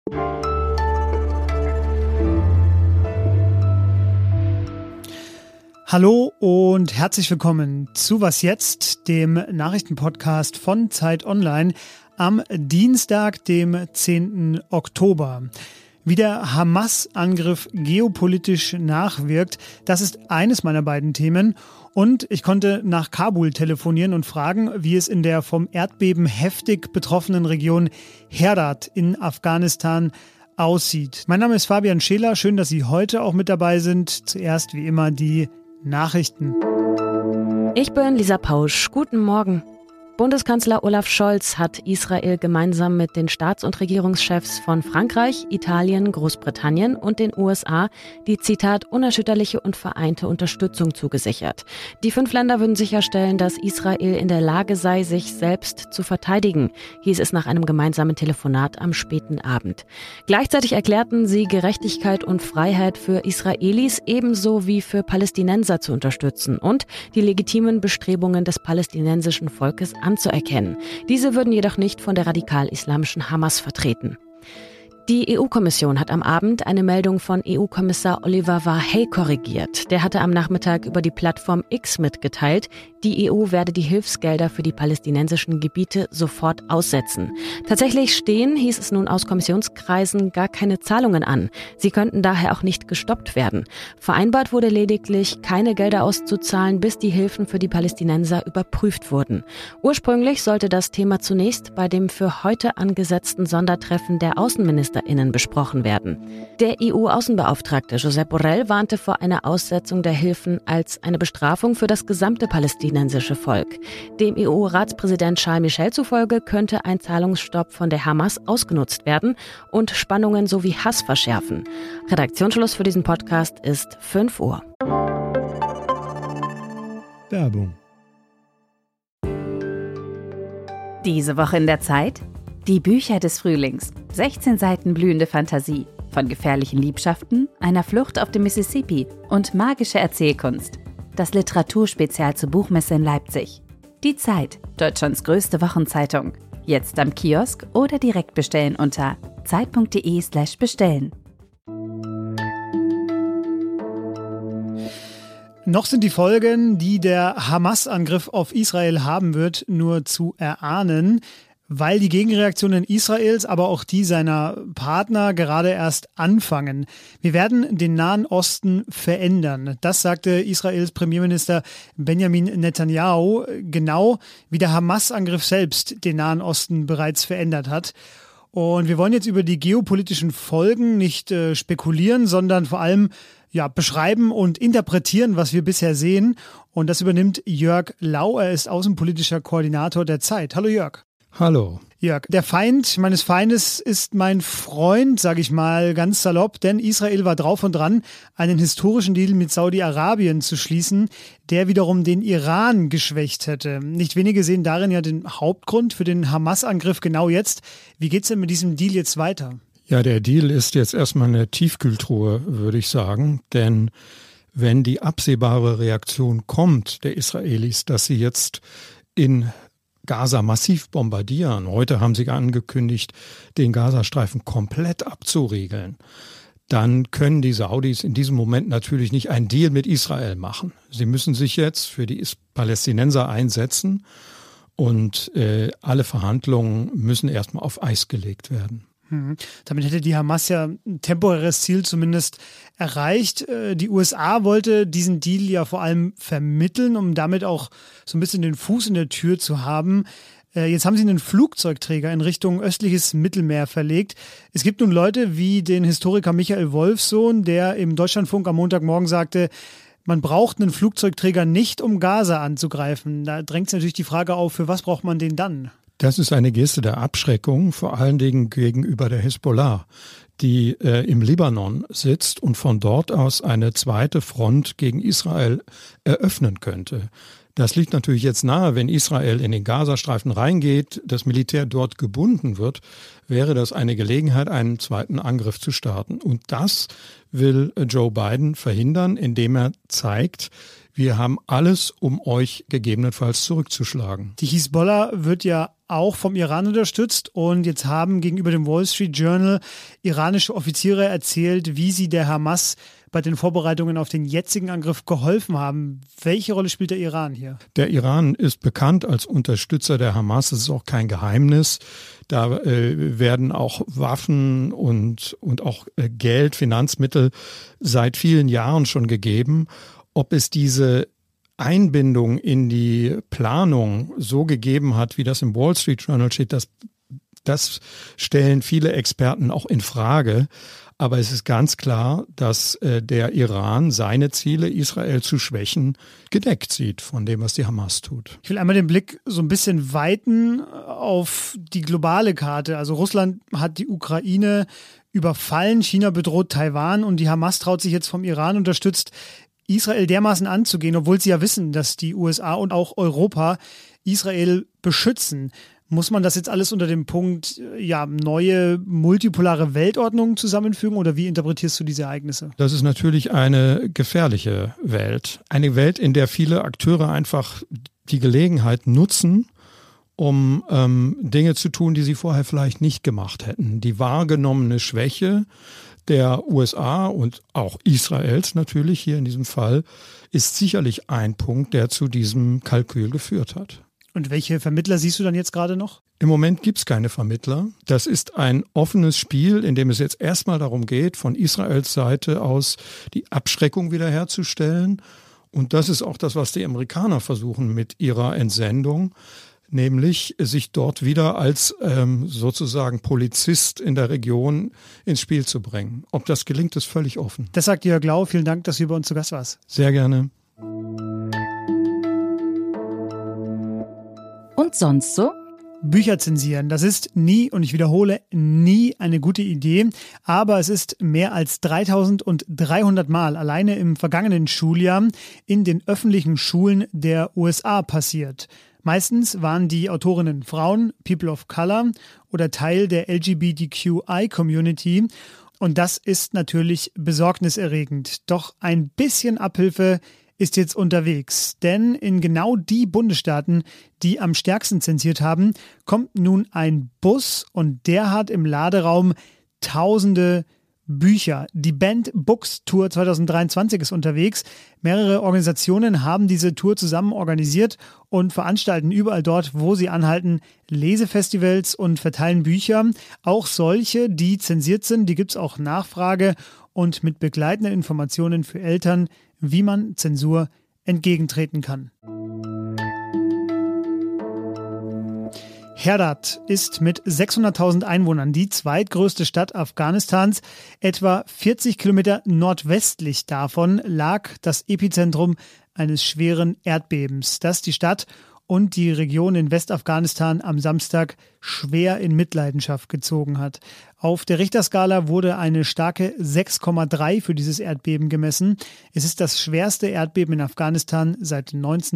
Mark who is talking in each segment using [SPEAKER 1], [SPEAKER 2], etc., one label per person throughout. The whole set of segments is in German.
[SPEAKER 1] Hallo und herzlich willkommen zu Was jetzt, dem Nachrichtenpodcast von Zeit Online am Dienstag, dem 10. Oktober. Wie der Hamas-Angriff geopolitisch nachwirkt, das ist eines meiner beiden Themen. Und ich konnte nach Kabul telefonieren und fragen, wie es in der vom Erdbeben heftig betroffenen Region Herat in Afghanistan aussieht. Mein Name ist Fabian Scheler, schön, dass Sie heute auch mit dabei sind. Zuerst wie immer die Nachrichten.
[SPEAKER 2] Ich bin Lisa Pausch. Guten Morgen. Bundeskanzler Olaf Scholz hat Israel gemeinsam mit den Staats- und Regierungschefs von Frankreich, Italien, Großbritannien und den USA die, Zitat, unerschütterliche und vereinte Unterstützung zugesichert. Die 5 Länder würden sicherstellen, dass Israel in der Lage sei, sich selbst zu verteidigen, hieß es nach einem gemeinsamen Telefonat am späten Abend. Gleichzeitig erklärten sie, Gerechtigkeit und Freiheit für Israelis ebenso wie für Palästinenser zu unterstützen und die legitimen Bestrebungen des palästinensischen Volkes anzuerkennen. Diese würden jedoch nicht von der radikal-islamischen Hamas vertreten. Die EU-Kommission hat am Abend eine Meldung von EU-Kommissar Oliver Vahey korrigiert. Der hatte am Nachmittag über die Plattform X mitgeteilt, die EU werde die Hilfsgelder für die palästinensischen Gebiete sofort aussetzen. Tatsächlich stehen, hieß es nun aus Kommissionskreisen, gar keine Zahlungen an. Sie könnten daher auch nicht gestoppt werden. Vereinbart wurde lediglich, keine Gelder auszuzahlen, bis die Hilfen für die Palästinenser überprüft wurden. Ursprünglich sollte das Thema zunächst bei dem für heute angesetzten Sondertreffen der AußenministerInnen besprochen werden. Der EU-Außenbeauftragte Josep Borrell warnte vor einer Aussetzung der Hilfen als eine Bestrafung für das gesamte palästinensische Volk. Dem EU-Ratspräsident Charles Michel zufolge könnte ein Zahlungsstopp von der Hamas ausgenutzt werden und Spannungen sowie Hass verschärfen. Redaktionsschluss für diesen Podcast ist 5 Uhr.
[SPEAKER 3] Werbung.
[SPEAKER 4] Diese Woche in der Zeit? Die Bücher des Frühlings. 16 Seiten blühende Fantasie. Von gefährlichen Liebschaften, einer Flucht auf dem Mississippi und magische Erzählkunst. Das Literaturspezial zur Buchmesse in Leipzig. Die Zeit, Deutschlands größte Wochenzeitung. Jetzt am Kiosk oder direkt bestellen unter zeit.de/bestellen.
[SPEAKER 1] Noch sind die Folgen, die der Hamas-Angriff auf Israel haben wird, nur zu erahnen, weil die Gegenreaktionen Israels, aber auch die seiner Partner gerade erst anfangen. Wir werden den Nahen Osten verändern. Das sagte Israels Premierminister Benjamin Netanyahu, genau wie der Hamas-Angriff selbst den Nahen Osten bereits verändert hat. Und wir wollen jetzt über die geopolitischen Folgen nicht spekulieren, sondern vor allem beschreiben und interpretieren, was wir bisher sehen. Und das übernimmt Jörg Lau. Er ist außenpolitischer Koordinator der Zeit. Hallo Jörg.
[SPEAKER 3] Hallo.
[SPEAKER 1] Jörg, der Feind meines Feindes ist mein Freund, sage ich mal ganz salopp, denn Israel war drauf und dran, einen historischen Deal mit Saudi-Arabien zu schließen, der wiederum den Iran geschwächt hätte. Nicht wenige sehen darin ja den Hauptgrund für den Hamas-Angriff genau jetzt. Wie geht's denn mit diesem Deal jetzt weiter?
[SPEAKER 3] Ja, der Deal ist jetzt erstmal eine Tiefkühltruhe, würde ich sagen, denn wenn die absehbare Reaktion kommt der Israelis, dass sie jetzt in Gaza massiv bombardieren. Heute haben sie angekündigt, den Gazastreifen komplett abzuriegeln. Dann können die Saudis in diesem Moment natürlich nicht einen Deal mit Israel machen. Sie müssen sich jetzt für die Palästinenser einsetzen und alle Verhandlungen müssen erstmal auf Eis gelegt werden.
[SPEAKER 1] Damit hätte die Hamas ja ein temporäres Ziel zumindest erreicht. Die USA wollte diesen Deal ja vor allem vermitteln, um damit auch so ein bisschen den Fuß in der Tür zu haben. Jetzt haben sie einen Flugzeugträger in Richtung östliches Mittelmeer verlegt. Es gibt nun Leute wie den Historiker Michael Wolfsohn, der im Deutschlandfunk am Montagmorgen sagte, man braucht einen Flugzeugträger nicht, um Gaza anzugreifen. Da drängt sich natürlich die Frage auf, für was braucht man den dann?
[SPEAKER 3] Das ist eine Geste der Abschreckung, vor allen Dingen gegenüber der Hisbollah, die im Libanon sitzt und von dort aus eine zweite Front gegen Israel eröffnen könnte. Das liegt natürlich jetzt nahe, wenn Israel in den Gazastreifen reingeht, das Militär dort gebunden wird, wäre das eine Gelegenheit, einen zweiten Angriff zu starten. Und das will Joe Biden verhindern, indem er zeigt, wir haben alles, um euch gegebenenfalls zurückzuschlagen.
[SPEAKER 1] Die Hisbollah wird ja auch vom Iran unterstützt. Und jetzt haben gegenüber dem Wall Street Journal iranische Offiziere erzählt, wie sie der Hamas bei den Vorbereitungen auf den jetzigen Angriff geholfen haben. Welche Rolle spielt der Iran hier?
[SPEAKER 3] Der Iran ist bekannt als Unterstützer der Hamas. Das ist auch kein Geheimnis. Da werden auch Waffen und auch Geld, Finanzmittel seit vielen Jahren schon gegeben. Ob es diese Einbindung in die Planung so gegeben hat, wie das im Wall Street Journal steht, das stellen viele Experten auch in Frage. Aber es ist ganz klar, dass der Iran seine Ziele, Israel zu schwächen, gedeckt sieht von dem, was die Hamas tut.
[SPEAKER 1] Ich will einmal den Blick so ein bisschen weiten auf die globale Karte. Also Russland hat die Ukraine überfallen, China bedroht Taiwan und die Hamas traut sich jetzt vom Iran unterstützt, Israel dermaßen anzugehen, obwohl sie ja wissen, dass die USA und auch Europa Israel beschützen. Muss man das jetzt alles unter dem Punkt, neue multipolare Weltordnung zusammenfügen oder wie interpretierst du diese Ereignisse?
[SPEAKER 3] Das ist natürlich eine gefährliche Welt. Eine Welt, in der viele Akteure einfach die Gelegenheit nutzen, um Dinge zu tun, die sie vorher vielleicht nicht gemacht hätten. Die wahrgenommene Schwäche der USA und auch Israels natürlich hier in diesem Fall ist sicherlich ein Punkt, der zu diesem Kalkül geführt hat.
[SPEAKER 1] Und welche Vermittler siehst du dann jetzt gerade noch?
[SPEAKER 3] Im Moment gibt es keine Vermittler. Das ist ein offenes Spiel, in dem es jetzt erstmal darum geht, von Israels Seite aus die Abschreckung wiederherzustellen. Und das ist auch das, was die Amerikaner versuchen mit ihrer Entsendung, nämlich sich dort wieder als sozusagen Polizist in der Region ins Spiel zu bringen. Ob das gelingt, ist völlig offen.
[SPEAKER 1] Das sagt Jörg Lau. Vielen Dank, dass du bei uns zu Gast warst.
[SPEAKER 3] Sehr gerne.
[SPEAKER 4] Und sonst so?
[SPEAKER 1] Bücher zensieren, das ist nie, und ich wiederhole, nie eine gute Idee, aber es ist mehr als 3.300 Mal alleine im vergangenen Schuljahr in den öffentlichen Schulen der USA passiert. Meistens waren die Autorinnen Frauen, People of Color oder Teil der LGBTQI-Community. Und das ist natürlich besorgniserregend. Doch ein bisschen Abhilfe ist jetzt unterwegs. Denn in genau die Bundesstaaten, die am stärksten zensiert haben, kommt nun ein Bus und der hat im Laderaum tausende Bücher. Die Banned Books Tour 2023 ist unterwegs. Mehrere Organisationen haben diese Tour zusammen organisiert und veranstalten überall dort, wo sie anhalten, Lesefestivals und verteilen Bücher. Auch solche, die zensiert sind, die gibt es auch Nachfrage und mit begleitenden Informationen für Eltern, wie man Zensur entgegentreten kann. Herat ist mit 600.000 Einwohnern die zweitgrößte Stadt Afghanistans. Etwa 40 Kilometer nordwestlich davon lag das Epizentrum eines schweren Erdbebens, das die Stadt und die Region in Westafghanistan am Samstag schwer in Mitleidenschaft gezogen hat. Auf der Richterskala wurde eine starke 6,3 für dieses Erdbeben gemessen. Es ist das schwerste Erdbeben in Afghanistan seit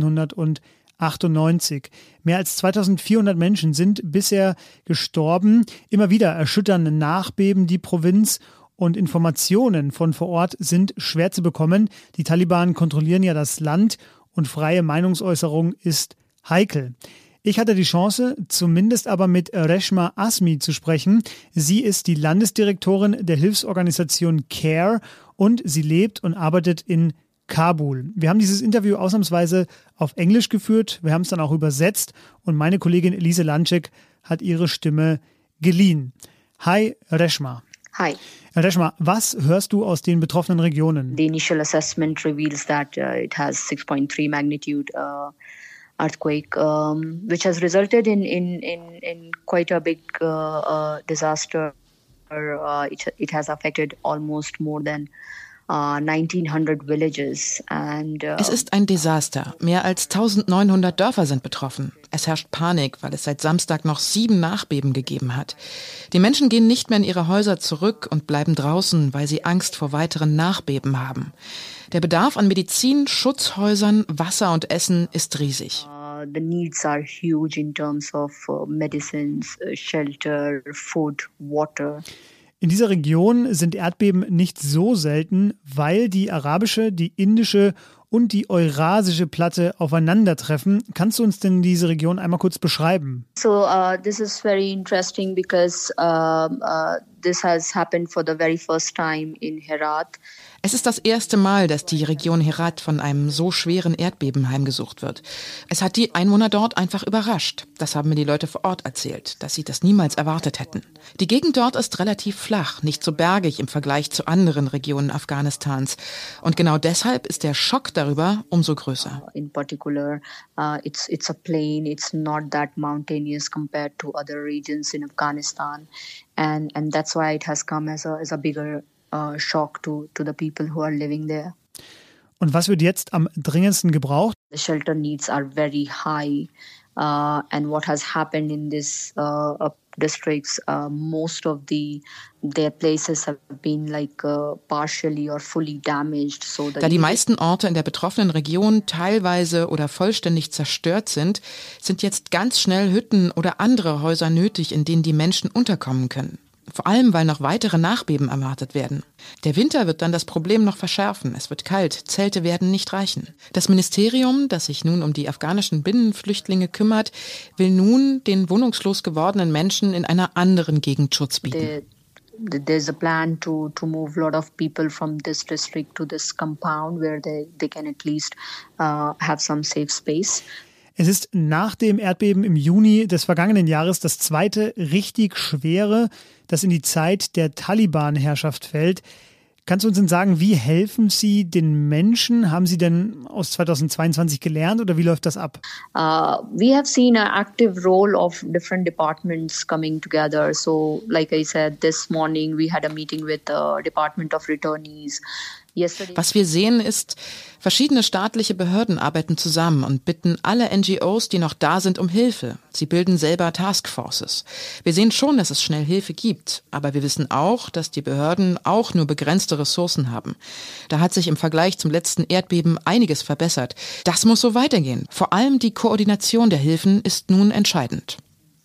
[SPEAKER 1] 1998. Mehr als 2400 Menschen sind bisher gestorben. Immer wieder erschüttern Nachbeben die Provinz und Informationen von vor Ort sind schwer zu bekommen. Die Taliban kontrollieren ja das Land und freie Meinungsäußerung ist heikel. Ich hatte die Chance, zumindest aber mit Reshma Azmi zu sprechen. Sie ist die Landesdirektorin der Hilfsorganisation CARE und sie lebt und arbeitet in Kabul. Wir haben dieses Interview ausnahmsweise auf Englisch geführt. Wir haben es dann auch übersetzt und meine Kollegin Elise Lanczek hat ihre Stimme geliehen. Hi Reshma.
[SPEAKER 5] Hi.
[SPEAKER 1] Reshma, was hörst du aus den betroffenen Regionen?
[SPEAKER 5] The initial assessment reveals that it has 6.3 magnitude earthquake, which has resulted in quite a big disaster. It has affected almost more than 1900 villages.
[SPEAKER 6] Es ist ein Desaster. Mehr als 1900 Dörfer sind betroffen. Es herrscht Panik, weil es seit Samstag noch 7 Nachbeben gegeben hat. Die Menschen gehen nicht mehr in ihre Häuser zurück und bleiben draußen, weil sie Angst vor weiteren Nachbeben haben. Der Bedarf an Medizin, Schutzhäusern, Wasser und Essen ist riesig.
[SPEAKER 5] The needs are huge in terms of medicines, shelter, food, water.
[SPEAKER 1] In dieser Region sind Erdbeben nicht so selten, weil die arabische, die indische und die Eurasische Platte aufeinandertreffen. Kannst du uns denn diese Region einmal kurz beschreiben?
[SPEAKER 5] So this is very interesting because this has happened for the very first time in Herat.
[SPEAKER 6] Es ist das erste Mal, dass die Region Herat von einem so schweren Erdbeben heimgesucht wird. Es hat die Einwohner dort einfach überrascht. Das haben mir die Leute vor Ort erzählt, dass sie das niemals erwartet hätten. Die Gegend dort ist relativ flach, nicht so bergig im Vergleich zu anderen Regionen Afghanistans. Und genau deshalb ist der Schock darüber umso größer.
[SPEAKER 5] In particular, it's a plain. It's not that mountainous compared to other regions in Afghanistan, and that's why it has come as a bigger shock to the people who are living there.
[SPEAKER 1] Und was wird jetzt am dringendsten gebraucht?
[SPEAKER 5] The shelter needs are very high, and what has happened in this districts, most of their places have been partially or fully damaged. So
[SPEAKER 6] da die meisten Orte in der betroffenen Region teilweise oder vollständig zerstört sind jetzt ganz schnell Hütten oder andere Häuser nötig, in denen die Menschen unterkommen können. Vor allem, weil noch weitere Nachbeben erwartet werden. Der Winter wird dann das Problem noch verschärfen. Es wird kalt, Zelte werden nicht reichen. Das Ministerium, das sich nun um die afghanischen Binnenflüchtlinge kümmert, will nun den wohnungslos gewordenen Menschen in einer anderen Gegend Schutz bieten.
[SPEAKER 5] There's a plan to move a lot of people from this district to this compound where they can at least have some safe space.
[SPEAKER 1] Es ist nach dem Erdbeben im Juni des vergangenen Jahres das zweite richtig schwere, das in die Zeit der Taliban-Herrschaft fällt. Kannst du uns denn sagen, wie helfen Sie den Menschen? Haben Sie denn aus 2022 gelernt oder wie läuft das ab?
[SPEAKER 5] We have seen an active role of different departments coming together. So, like I said, this morning we had a meeting with the Department of Returnees.
[SPEAKER 6] Was wir sehen ist, verschiedene staatliche Behörden arbeiten zusammen und bitten alle NGOs, die noch da sind, um Hilfe. Sie bilden selber Taskforces. Wir sehen schon, dass es schnell Hilfe gibt, aber wir wissen auch, dass die Behörden auch nur begrenzte Ressourcen haben. Da hat sich im Vergleich zum letzten Erdbeben einiges verbessert. Das muss so weitergehen. Vor allem die Koordination der Hilfen ist nun entscheidend.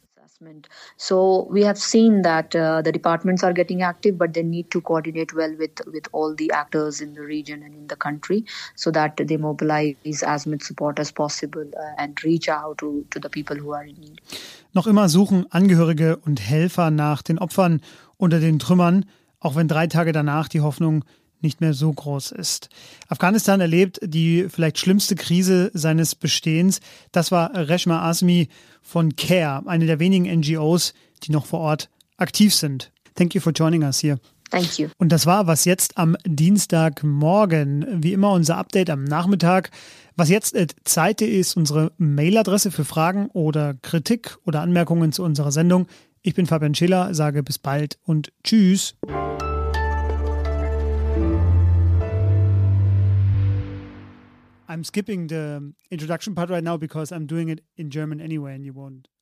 [SPEAKER 5] So we have seen that the departments are getting active, but they need to coordinate well with all the actors in the region and in the country so that they mobilize as much support as possible and reach out to the people who are in need.
[SPEAKER 1] Noch immer suchen Angehörige und Helfer nach den Opfern unter den Trümmern, auch wenn 3 Tage danach die Hoffnung nicht mehr so groß ist. Afghanistan erlebt die vielleicht schlimmste Krise seines Bestehens. Das war Reshma Azmi von CARE, eine der wenigen NGOs, die noch vor Ort aktiv sind. Thank you for joining us here.
[SPEAKER 5] Thank you.
[SPEAKER 1] Und das war Was Jetzt am Dienstagmorgen. Wie immer unser Update am Nachmittag. Was jetzt Zeit ist unsere Mailadresse für Fragen oder Kritik oder Anmerkungen zu unserer Sendung. Ich bin Fabian Schiller, sage bis bald und tschüss. I'm skipping the introduction part right now because I'm doing it in German anyway and you won't